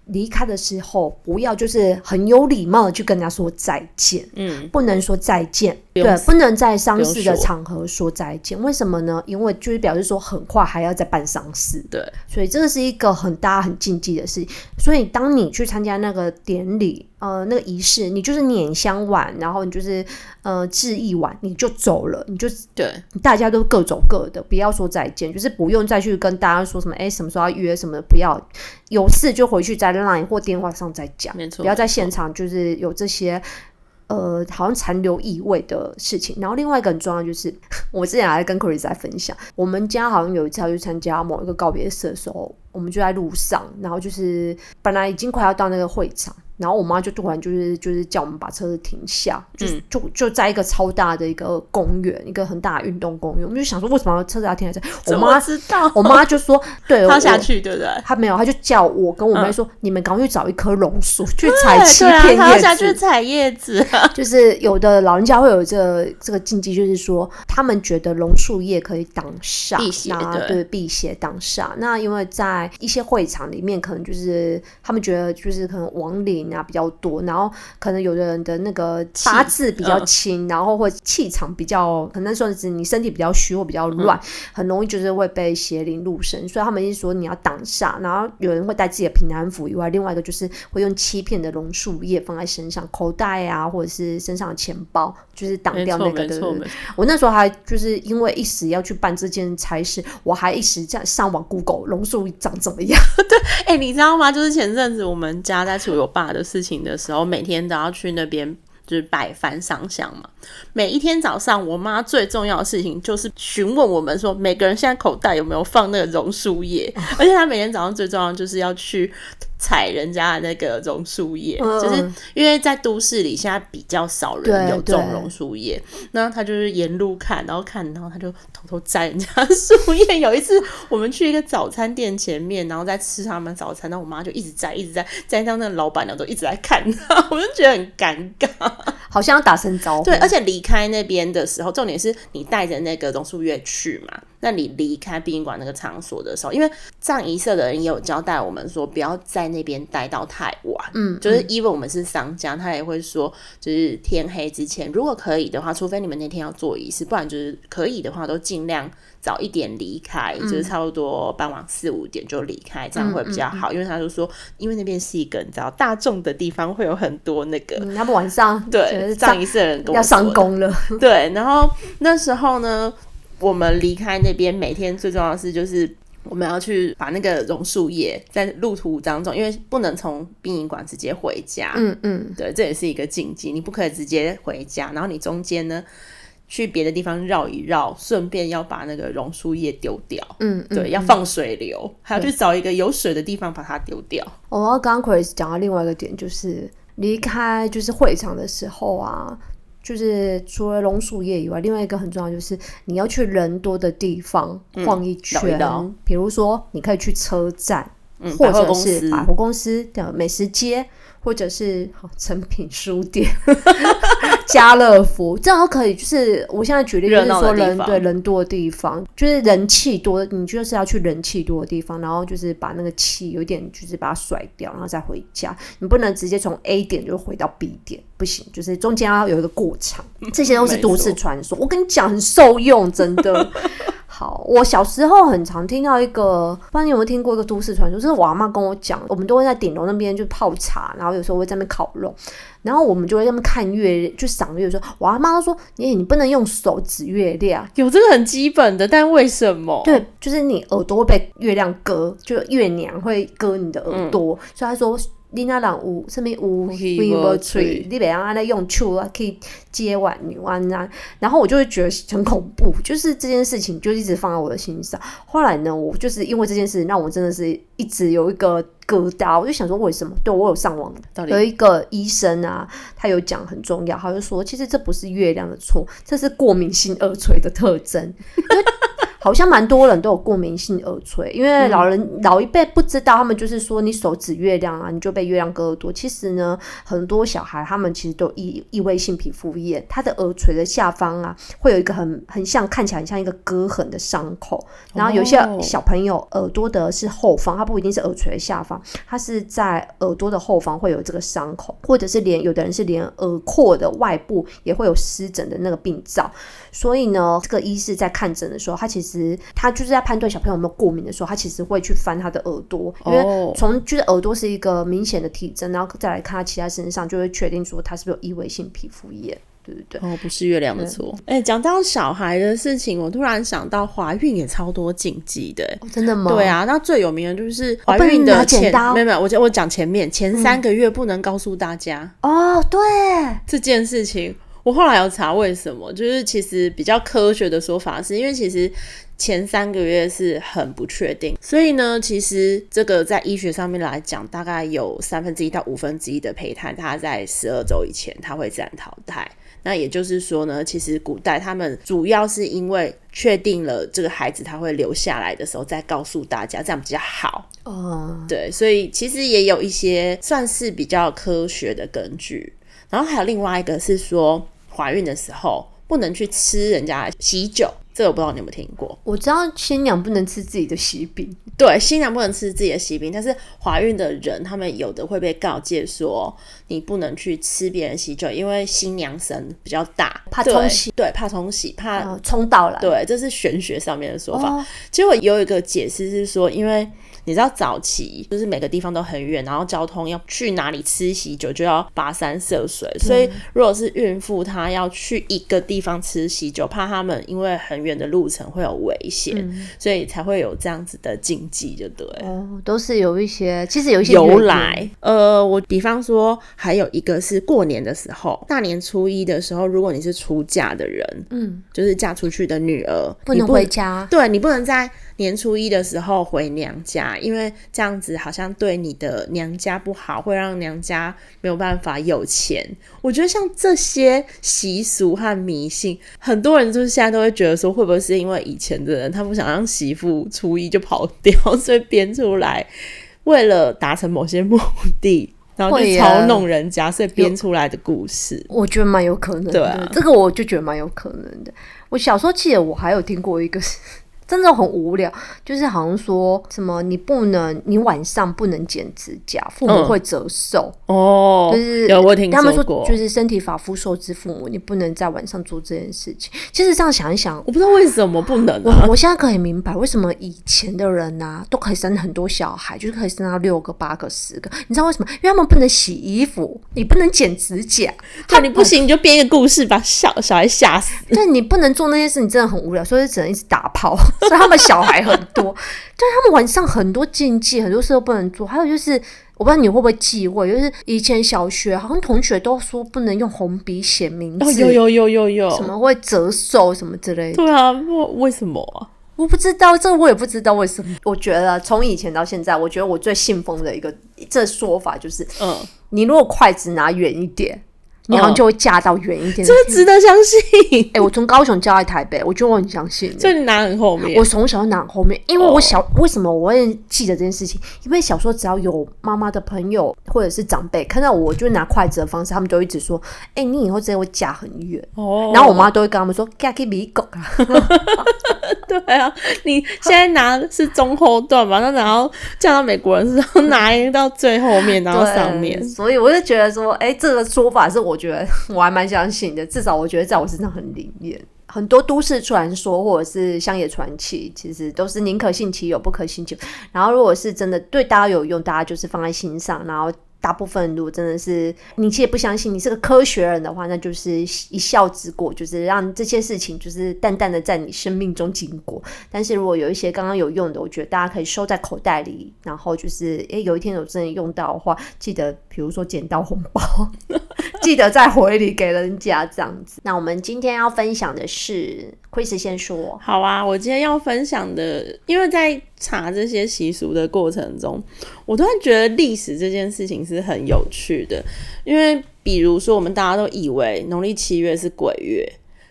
离开的时候不要就是很有礼貌的去跟人家说再见，不能说再见，对，不能在丧事的场合说再见。为什么呢？因为就是表示说很快还要再办丧事， 对， 所以这个是一个大家很禁忌的事情。所以当你去参加那个典礼，那个仪式，你就是拈香完，然后你就是致意完，你就走了，你就对， 大家都各走各的，不要说再见，就是不用再去跟大家说什么什么时候要约什么的，不要，有事就回去在 LINE 或电话上再讲，不要在现场就是有这些好像残留意味的事情。然后另外一个很重要就是，我之前还跟 Chris 在分享，我们家好像有一次要去参加某一个告别式的时候，我们就在路上，然后就是本来已经快要到那个会场，然后我妈就突然就是叫我们把车子停下，就在一个超大的一个公园，一个很大的运动公园，我们就想说为什么车子要停在这？我妈就说，对， 她下去对不对？ 她没有，她就叫我跟我妹说，你们赶快去找一棵榕树，去采7片叶子， 她要下去采叶子。 就是有的老人家会有这个禁忌，就是说他们觉得榕树叶可以挡煞， 辟邪， 对，辟邪挡煞。那因为在一些会场里面，可能就是他们觉得就是可能亡灵比较多，然后可能有的人的那个八字比较轻，然后或气场比较，可能说是你身体比较虚或比较乱，很容易就是会被邪灵入身，所以他们是说你要挡煞，然后有人会带自己的平安符以外，另外一个就是会用7片的榕树叶放在身上，口袋啊，或者是身上的钱包，就是挡掉那个的。我那时候还就是因为一时要去办这件差事，我还一时这样上网 Google 榕树长怎么样。 对，你知道吗？就是前阵子我们家在处理我爸的事情的时候，每天都要去那边就是摆幡上香嘛。每一天早上，我妈最重要的事情就是询问我们说，每个人现在口袋有没有放那个榕树叶，而且她每天早上最重要的就是要去采人家的那个榕树叶，就是因为在都市里现在比较少人有种榕树叶，那他就是沿路看，然后他就偷偷摘人家的树叶。有一次我们去一个早餐店前面，然后在吃他们早餐，然后我妈就一直摘到那个老板娘都一直在看他，我就觉得很尴尬， 好像要打声招呼。 对，而且离开那边的时候，重点是你带着那个榕树叶去嘛，那你离开殡仪馆那个场所的时候，因为葬仪社的人也有交代我们说不要在那边待到太晚，就是因为我们是丧家，他也会说就是天黑之前如果可以的话，除非你们那天要做仪式，不然就是可以的话都尽量早一点离开，就是差不多傍晚4、5点就离开，这样会比较好。因为他就说因为那边是一个你知道大众的地方，会有很多那个他们晚上对葬仪社的人跟我要上工了。 对，然后那时候呢我们离开那边，每天最重要的事就是我们要去把那个榕树叶在路途当中，因为不能从殡仪馆直接回家，对，这也是一个禁忌，你不可以直接回家，然后你中间呢去别的地方绕一绕，顺便要把那个榕树叶丢掉，对，要放水流，还要去找一个有水的地方把它丢掉。 我要刚刚 Chris 讲到另外一个点，就是离开就是会场的时候啊，就是除了榕树叶以外，另外一个很重要就是你要去人多的地方晃一圈，比如说你可以去车站，或者是百货公司的美食街，或者是诚品书店家乐福，这样都可以。就是我现在举例就是说人多的地方，就是人气多，你就是要去人气多的地方，然后就是把那个气有点就是把它甩掉，然后再回家。你不能直接从 A 点就回到 B 点，不行，就是中间要有一个过场。这些都是都市传说，我跟你讲很受用，真的。好，我小时候很常听到一个，不知道你有没有听过一个都市传说，就是我阿嬷跟我讲，我们都会在顶楼那边就泡茶，然后有时候会在那边烤肉，然后我们就会在那边看月，就赏月的时候，我阿嬷都说你不能用手指月亮， 有这个很基本的，但为什么？ 对，就是你耳朵会被月亮割，就月娘会割你的耳朵，所以他说你那人有什么有鼻无嘴，你不要按用手啊可以接碗牛啊，然后我就会觉得很恐怖，就是这件事情就一直放在我的心上。后来呢，我就是因为这件事让我真的是一直有一个疙瘩，我就想说为什么？对，我有上网，有一个医生啊，他有讲很重要，他就说其实这不是月亮的错，这是过敏性耳垂的特征。 好像蛮多人都有过敏性耳垂，因为老一辈不知道，他们就是说你手指月亮啊，你就被月亮割耳朵。其实呢，很多小孩他们其实都有异位性皮肤炎，他的耳垂的下方啊，会有一个很像看起来很像一个割痕的伤口。然后有些小朋友耳朵的是后方，它不一定是耳垂的下方，它是在耳朵的后方会有这个伤口，或者是有的人是连耳廓的外部也会有湿疹的那个病灶。所以呢，这个医师在看诊的时候，他就是在判断小朋友有没有过敏的时候，他其实会去翻他的耳朵，因为就是耳朵是一个明显的体征，然后再来看他其他身上，就会确定说他是不是有异位性皮肤炎。对对对， 不是月亮的错。讲到小孩的事情，我突然想到怀孕也超多禁忌的。 真的吗？ 对啊，那最有名的就是怀孕的没有，我讲前3个月不能告诉大家。 对， 这件事情我后来有查为什么，就是其实比较科学的说法是因为其实前3个月是很不确定，所以呢，其实这个在医学上面来讲，大概有1/3到1/5的胚胎，它在12周以前它会自然淘汰。那也就是说呢，其实古代他们主要是因为确定了这个孩子他会留下来的时候再告诉大家，这样比较好。对，所以其实也有一些算是比较科学的根据。然后还有另外一个是说，怀孕的时候不能去吃人家喜酒，这个我不知道你有没有听过。 我知道新娘不能吃自己的喜饼， 对，新娘不能吃自己的喜饼，但是怀孕的人他们有的会被告诫说你不能去吃别人喜酒，因为新娘神比较大， 怕冲喜。 对，怕冲喜，怕冲到来。 对，这是玄学上面的说法。结果有一个解释是说，因为你知道早期就是每个地方都很远，然后交通要去哪里吃喜酒就要跋山涉水，所以如果是孕妇她要去一个地方吃喜酒，怕他们因为很远的路程会有危险，所以才会有这样子的禁忌，就对。 都是有一些，其实有一些由来。我比方说还有一个是过年的时候，大年初一的时候，如果你是出嫁的人，就是嫁出去的女儿， 不能回家。 对，你不能在年初一的时候回娘家，因为这样子好像对你的娘家不好，会让娘家没有办法有钱。我觉得像这些习俗和迷信，很多人就是现在都会觉得说，会不会是因为以前的人他不想让媳妇初一就跑掉，所以编出来为了达成某些目的，然后就操弄人家，所以编出来的故事。 我觉得蛮有可能的。对这个我就觉得蛮有可能的。我小时候记得我还有听过一个真的很无聊，就是好像说什么你晚上不能剪指甲，父母会折寿。就是有我听说过， 他们说就是身体发肤受之父母，你不能在晚上做这件事情。其实这样想一想， 我不知道为什么不能啊。 我现在可以明白为什么以前的人啊都可以生很多小孩，就是可以生到6个、8个、10个。你知道为什么？因为他们不能洗衣服，你不能剪指甲， 对，你不行你就编一个故事把小孩吓死。 对，你不能做那些事，你真的很无聊，所以只能一直打炮。所以他们小孩很多，对，他们晚上很多禁忌，很多事都不能做。还有就是，我不知道你会不会忌讳，就是以前小学好像同学都说不能用红笔写名字， 有， 什么会折寿什么之类的。 对啊，为什么啊？ 我不知道，这个我也不知道为什么。我觉得从以前到现在，我觉得我最信奉的一个这说法就是，你如果筷子拿远一点，你好像就会嫁到远一点。 这个值得相信。 我从高雄嫁来台北，我觉得我很相信。 所以你拿很后面。 我从小拿很后面，因为为什么我会记得这件事情？因为小时候只要有妈妈的朋友或者是长辈看到我就拿筷子的方式，他们都一直说：“你以后真的会嫁很远。”然后我妈都会跟他们说：“嫁去美国啊。” 对啊，你现在拿的是中后段吧？那然后嫁到美国人是要拿到最后面，然后上面。 所以我就觉得说，这个说法是我觉得我还蛮相信的，至少我觉得在我身上很灵验。很多都市传说或者是乡野传奇，其实都是宁可信其有，不可信其无。然后如果是真的对大家有用，大家就是放在心上，然后大部分如果真的是你其实不相信，你是个科学人的话，那就是一笑之过，就是让这些事情就是淡淡的在你生命中经过。但是如果有一些刚刚有用的，我觉得大家可以收在口袋里，然后就是有一天有真的用到的话，记得比如说捡到红包记得再回礼给人家这样子。那我们今天要分享的是 Chris 先说。 好啊，我今天要分享的，因为在查这些习俗的过程中，我突然觉得历史这件事情是很有趣的。因为比如说我们大家都以为农历7月是鬼月，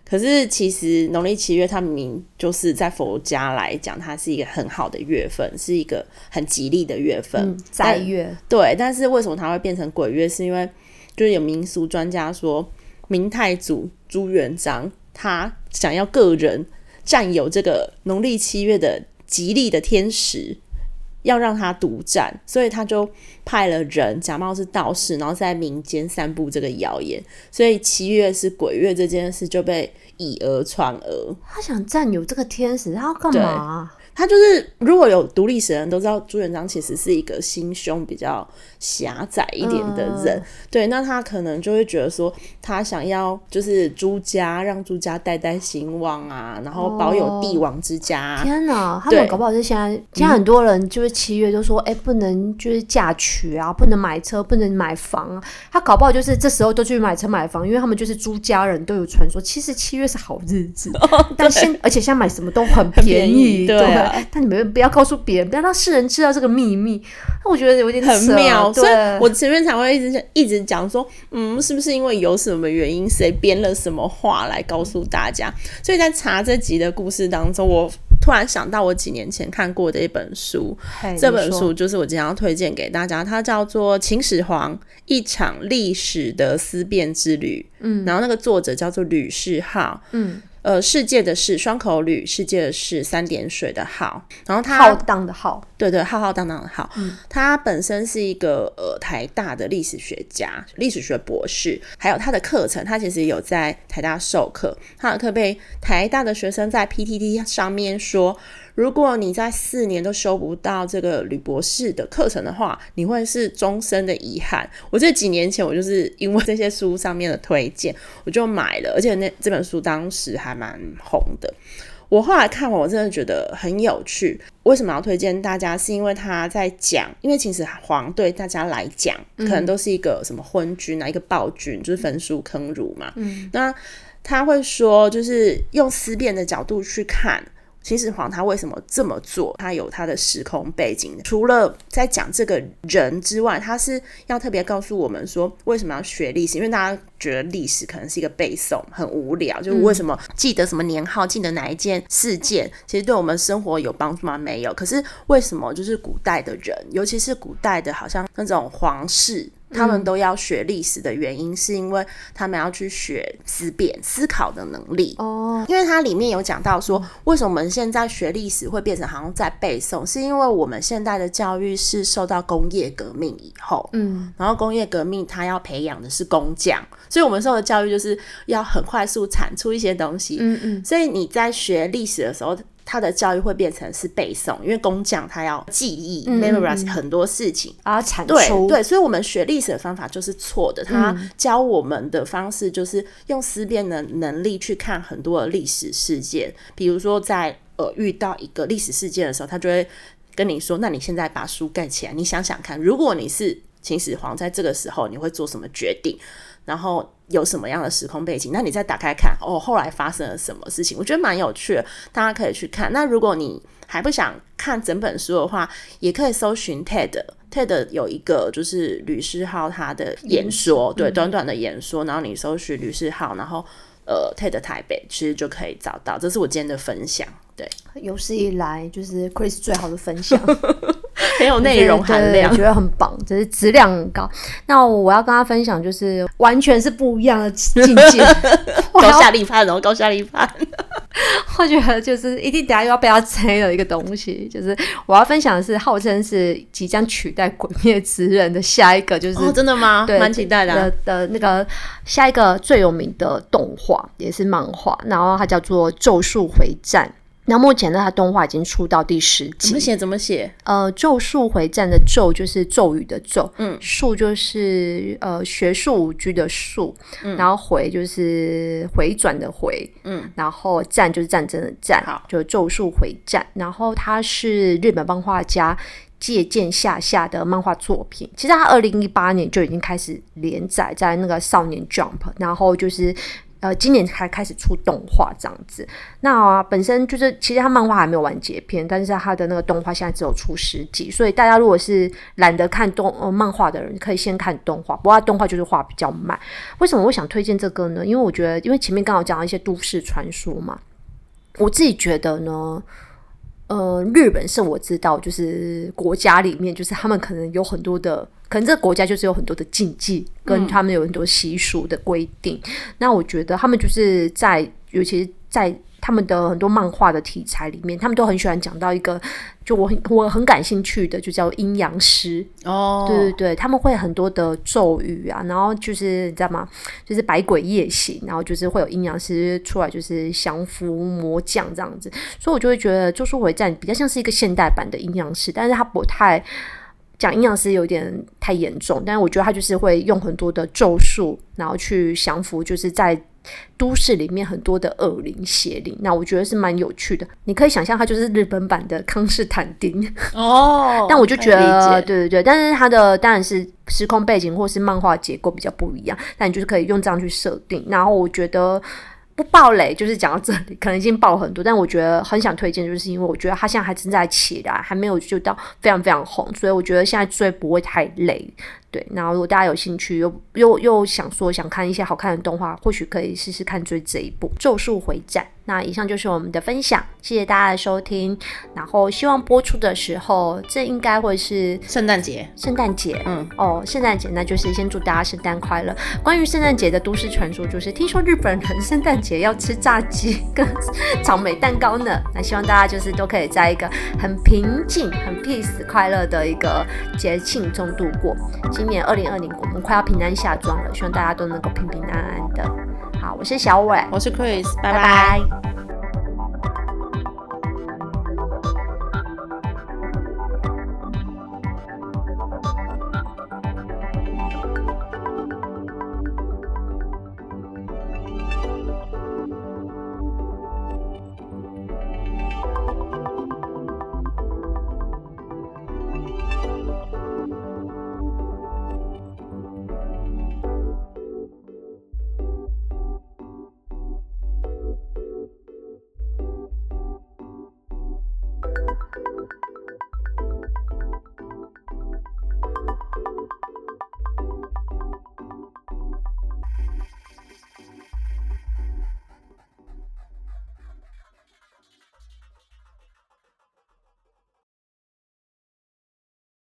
可是其实农历7月它明明就是在佛家来讲，它是一个很好的月份，是一个很吉利的月份， 斋月。 对，但是为什么它会变成鬼月？是因为就是有民俗专家说，明太祖朱元璋他想要个人占有这个农历7月的吉利的天时，要让他独占，所以他就派了人假冒是道士，然后在民间散布这个谣言，所以7月是鬼月这件事就被以讹传讹。 他想占有这个天时，他要干嘛？ 他就是如果有读历史的人都知道，朱元璋其实是一个心胸比较狭窄一点的人，对，那他可能就会觉得说，他想要就是朱家，让朱家代代兴旺啊，然后保有帝王之家啊。 天哪，他们搞不好是现在很多人就是7月都说，不能就是嫁娶啊，不能买车，不能买房啊。他搞不好就是这时候都去买车买房，因为他们就是朱家人都有传说，其实7月是好日子，但而且现在买什么都很便宜， 对啊。 但你们不要告诉别人，不要让世人知道这个秘密。我觉得有点很妙， 所以我前面才会一直讲说，是不是因为有什么原因，谁编了什么话来告诉大家？所以在查这集的故事当中，我突然想到我几年前看过的一本书，这本书就是我今天要推荐给大家，它叫做《秦始皇：一场历史的思辨之旅》。然后那个作者叫做吕世浩。世界的世，双口吕，世界的世，3点水的浩，然后他浩荡的浩， 对对，浩浩荡荡的浩。他本身是一个台大的历史学家，历史学博士，还有他的课程，他其实有在台大授课，他的课被台大的学生在 PTT 上面说，如果你在4年都修不到这个吕博士的课程的话，你会是终身的遗憾。我记得几年前我就是因为这些书上面的推荐，我就买了，而且这本书当时还蛮红的。我后来看完，我真的觉得很有趣。为什么要推荐大家？是因为他在讲，因为秦始皇对大家来讲，可能都是一个什么昏君啊，一个暴君，就是焚书坑儒嘛。那他会说，就是用思辨的角度去看秦始皇他为什么这么做，他有他的时空背景。除了在讲这个人之外，他是要特别告诉我们说为什么要学历史，因为大家觉得历史可能是一个背诵很无聊，就是为什么记得什么年号，记得哪一件事件，其实对我们生活有帮助吗？没有。可是为什么就是古代的人，尤其是古代的好像那种皇室，他们都要学历史的原因，是因为他们要去学思辨思考的能力。因为它里面有讲到说，为什么我们现在学历史会变成好像在背诵，是因为我们现代的教育是受到工业革命以后，然后工业革命它要培养的是工匠，所以我们受的教育就是要很快速产出一些东西。所以你在学历史的时候，他的教育会变成是背诵，因为工匠他要记忆 memorize 很多事情啊，产出。 对，所以我们学历史的方法就是错的。他教我们的方式就是用思辨的能力去看很多的历史事件，比如说在遇到一个历史事件的时候，他就会跟你说，那你现在把书盖起来，你想想看，如果你是秦始皇，在这个时候你会做什么决定，然后有什么样的时空背景，那你再打开看，后来发生了什么事情，我觉得蛮有趣的，大家可以去看。那如果你还不想看整本书的话，也可以搜寻 TED 有一个就是吕世浩他的演说，对，短短的演说，然后你搜寻吕世浩，然后TED 台北其实就可以找到。这是我今天的分享，对， 有史以来就是 Chris 最好的分享很有内容含量， 我觉得很棒，就是质量很高。那我要跟他分享就是完全是不一样的境界高下立判高下立判我觉得就是一定等一下又要被他猜了一个东西，就是我要分享的是号称是即将取代鬼灭之刃的下一个，就是真的吗？ 对， 蛮期待的的那个下一个最有名的动画也是漫画，然后它叫做咒术回战。那目前呢，它动画已经出到第10集。 怎么写？ 咒术回战的咒就是咒语的咒，术就是学术舞居的术，然后回就是回转的回，然后战就是战争的战，就咒术回战。然后它是日本漫画家借鉴下的漫画作品，其实他2018年就已经开始连载在那个少年 Jump， 然后就是今年才开始出动画这样子。那本身就是其实他漫画还没有完结篇，但是他的那个动画现在只有出10集，所以大家如果是懒得看漫画的人，可以先看动画。不过他动画就是画比较慢。为什么我想推荐这个呢？因为我觉得，因为前面刚好讲到一些都市传说嘛，我自己觉得呢。日本是我知道，就是国家里面，就是他们可能有很多的，可能这个国家就是有很多的禁忌，跟他们有很多习俗的规定。那我觉得他们就是尤其是在他们的很多漫画的题材里面，他们都很喜欢讲到一个，就我很感兴趣的，就叫阴阳师。对对对，他们会很多的咒语啊，然后就是你知道吗？就是百鬼夜行，然后就是会有阴阳师出来，就是降服魔将这样子。所以我就会觉得《咒术回战》比较像是一个现代版的阴阳师，但是它不太。讲阴阳师有点太严重，但是我觉得他就是会用很多的咒术，然后去降服，就是在都市里面很多的恶灵邪灵。那我觉得是蛮有趣的，你可以想象它就是日本版的康斯坦丁但我就觉得对对对，但是它的当然是时空背景或是漫画结构比较不一样，但你就是可以用这样去设定。然后我觉得不爆雷，就是讲到这里，可能已经爆很多，但我觉得很想推荐，就是因为我觉得他现在还正在起来，还没有就到非常非常红，所以我觉得现在追不会太累。对，然后如果大家有兴趣，又想看一些好看的动画，或许可以试试看追这一部《咒术回战》。那以上就是我们的分享，谢谢大家的收听。然后希望播出的时候，这应该会是圣诞节。 圣诞节，圣诞节，那就是先祝大家圣诞快乐。关于圣诞节的都市传说，就是听说日本人圣诞节要吃炸鸡跟草莓蛋糕呢。那希望大家就是都可以在一个很平静、很 peace、快乐的一个节庆中度过。今年2020，我们快要平安下庄了，希望大家都能够平平安安的。好，我是小伟， 我是 Chris， 拜拜拜。